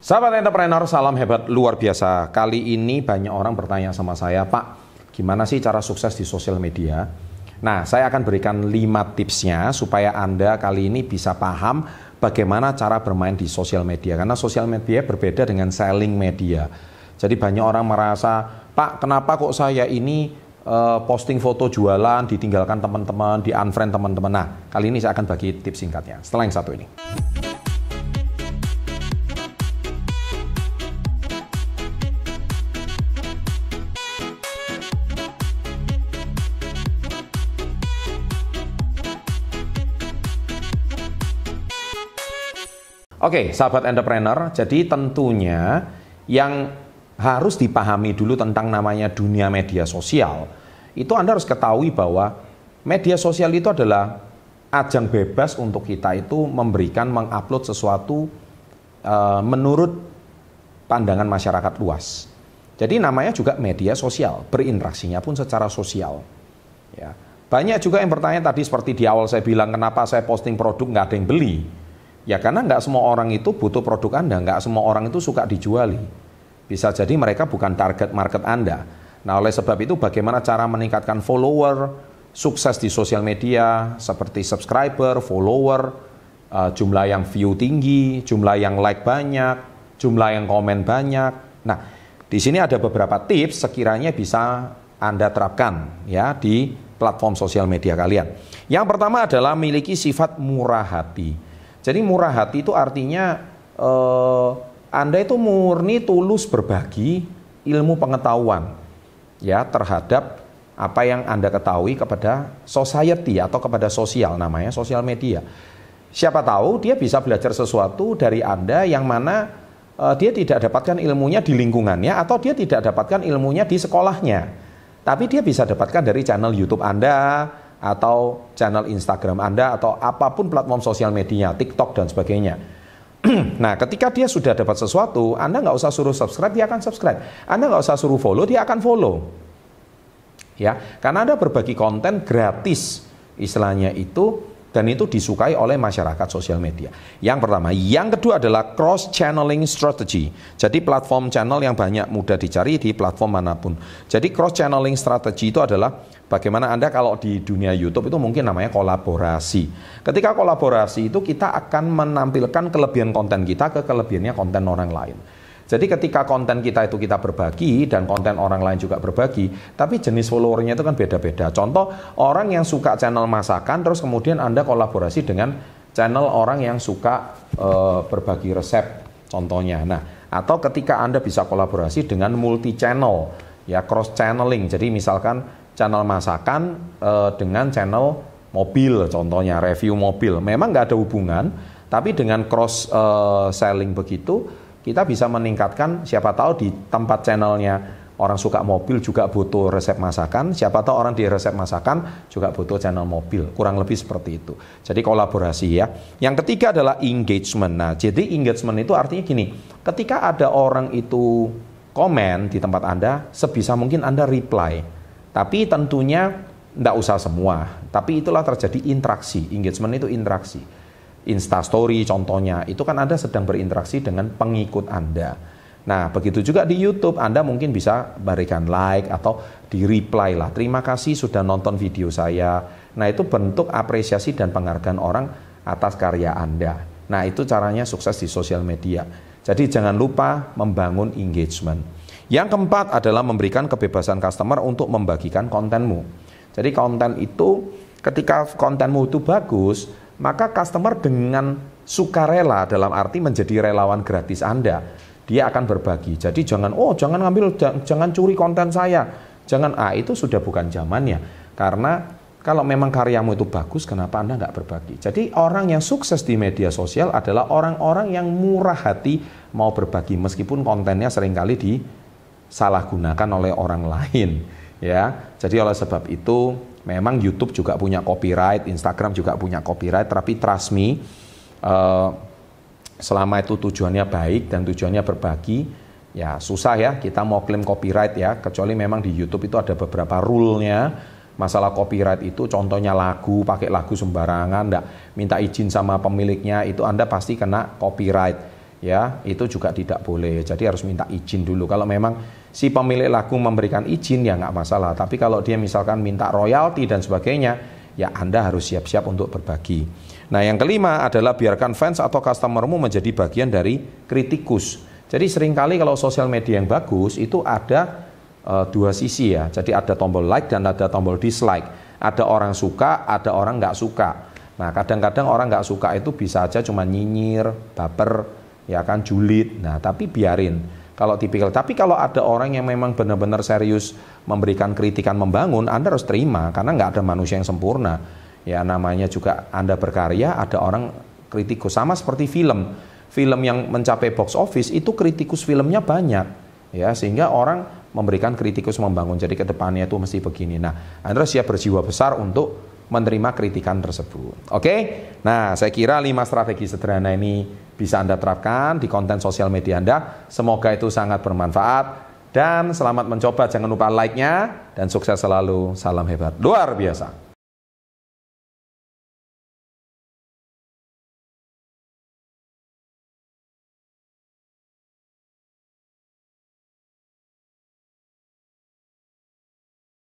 Sahabat entrepreneur, salam hebat luar biasa. Kali ini banyak orang bertanya sama saya, Pak, gimana sih cara sukses di sosial media? Nah, saya akan berikan 5 tipsnya supaya Anda kali ini bisa paham bagaimana cara bermain di sosial media. Karena sosial media berbeda dengan selling media. Jadi banyak orang merasa, Pak, kenapa kok saya ini posting foto jualan, ditinggalkan teman-teman, di-unfriend teman-teman. Nah, kali ini saya akan bagi tips singkatnya setelah yang satu ini. Oke, sahabat entrepreneur, jadi tentunya yang harus dipahami dulu tentang namanya dunia media sosial, itu Anda harus ketahui bahwa media sosial itu adalah ajang bebas untuk kita itu memberikan, mengupload sesuatu menurut pandangan masyarakat luas. Jadi namanya juga media sosial, berinteraksinya pun secara sosial. Ya. Banyak juga yang bertanya tadi seperti di awal saya bilang, kenapa saya posting produk nggak ada yang beli? Ya karena nggak semua orang itu butuh produk Anda, nggak semua orang itu suka dijuali. Bisa jadi mereka bukan target market Anda. Nah oleh sebab itu bagaimana cara meningkatkan follower, sukses di sosial media, seperti subscriber, follower, jumlah yang view tinggi, jumlah yang like banyak, jumlah yang komen banyak. Nah di sini ada beberapa tips sekiranya bisa Anda terapkan ya di platform sosial media kalian. Yang pertama adalah miliki sifat murah hati. Jadi murah hati itu artinya Anda itu murni tulus berbagi ilmu pengetahuan ya terhadap apa yang Anda ketahui kepada society atau kepada sosial, namanya sosial media. Siapa tahu dia bisa belajar sesuatu dari Anda yang mana dia tidak dapatkan ilmunya di lingkungannya atau dia tidak dapatkan ilmunya di sekolahnya. Tapi dia bisa dapatkan dari channel YouTube Anda, atau channel Instagram Anda, atau apapun platform sosial media, TikTok dan sebagainya. Nah, ketika dia sudah dapat sesuatu, Anda nggak usah suruh subscribe, dia akan subscribe. Anda nggak usah suruh follow, dia akan follow. Ya, karena Anda berbagi konten gratis, istilahnya itu, dan itu disukai oleh masyarakat sosial media. Yang pertama. Yang kedua adalah cross-channeling strategy. Jadi platform channel yang banyak mudah dicari di platform manapun. Jadi cross-channeling strategy itu adalah bagaimana Anda kalau di dunia YouTube itu mungkin namanya kolaborasi. Ketika kolaborasi itu kita akan menampilkan kelebihan konten kita ke kelebihannya konten orang lain. Jadi ketika konten kita itu kita berbagi dan konten orang lain juga berbagi, tapi jenis followernya itu kan beda-beda. Contoh, orang yang suka channel masakan, terus kemudian Anda kolaborasi dengan channel orang yang suka berbagi resep, contohnya. Nah, atau ketika Anda bisa kolaborasi dengan multi channel, ya cross channeling. Jadi misalkan channel masakan dengan channel mobil, contohnya review mobil. Memang nggak ada hubungan, tapi dengan cross selling begitu, kita bisa meningkatkan, siapa tahu di tempat channelnya orang suka mobil juga butuh resep masakan, siapa tahu orang di resep masakan juga butuh channel mobil, kurang lebih seperti itu. Jadi kolaborasi ya. Yang ketiga adalah engagement. Nah, jadi engagement itu artinya gini, ketika ada orang itu komen di tempat Anda, sebisa mungkin Anda reply. Tapi tentunya tidak usah semua, tapi itulah terjadi interaksi. Engagement itu interaksi. Instastory contohnya, itu kan Anda sedang berinteraksi dengan pengikut Anda. Nah, begitu juga di YouTube, Anda mungkin bisa berikan like atau di reply lah. Terima kasih sudah nonton video saya. Nah, itu bentuk apresiasi dan penghargaan orang atas karya Anda. Nah, itu caranya sukses di sosial media. Jadi jangan lupa membangun engagement. Yang keempat adalah memberikan kebebasan customer untuk membagikan kontenmu. Jadi konten itu, ketika kontenmu itu bagus, maka customer dengan sukarela, dalam arti menjadi relawan gratis Anda, dia akan berbagi. Jadi jangan ngambil, jangan curi konten saya, jangan, itu sudah bukan zamannya. Karena kalau memang karyamu itu bagus, kenapa Anda nggak berbagi? Jadi orang yang sukses di media sosial adalah orang-orang yang murah hati mau berbagi, meskipun kontennya seringkali disalahgunakan oleh orang lain. Ya, jadi oleh sebab itu memang YouTube juga punya copyright, Instagram juga punya copyright, tapi trust me, selama itu tujuannya baik dan tujuannya berbagi, ya susah ya kita mau klaim copyright ya, kecuali memang di YouTube itu ada beberapa rule-nya. Masalah copyright itu contohnya lagu, pakai lagu sembarangan, enggak minta izin sama pemiliknya, itu Anda pasti kena copyright. ya itu juga tidak boleh. Jadi harus minta izin dulu. Kalau memang si pemilik lagu memberikan izin ya nggak masalah. Tapi kalau dia misalkan minta royalti dan sebagainya, ya Anda harus siap-siap untuk berbagi. Nah yang kelima adalah biarkan fans atau customermu menjadi bagian dari kritikus. Jadi seringkali kalau sosial media yang bagus itu ada dua sisi ya. Jadi ada tombol like dan ada tombol dislike. Ada orang suka, ada orang nggak suka. Nah kadang-kadang orang nggak suka itu bisa aja cuma nyinyir, baper, ya kan julid. Nah tapi biarin kalau tipikal. Tapi kalau ada orang yang memang benar-benar serius memberikan kritikan membangun, Anda harus terima karena nggak ada manusia yang sempurna. Ya namanya juga Anda berkarya, ada orang kritikus. Sama seperti film. Film yang mencapai box office itu kritikus filmnya banyak. Ya sehingga orang memberikan kritikus membangun. Jadi ke depannya itu mesti begini. Nah, Anda siap berjiwa besar untuk menerima kritikan tersebut. Oke? Nah, saya kira 5 strategi sederhana ini bisa Anda terapkan di konten sosial media Anda. Semoga itu sangat bermanfaat. Dan selamat mencoba. Jangan lupa like-nya. Dan sukses selalu. Salam hebat. Luar biasa.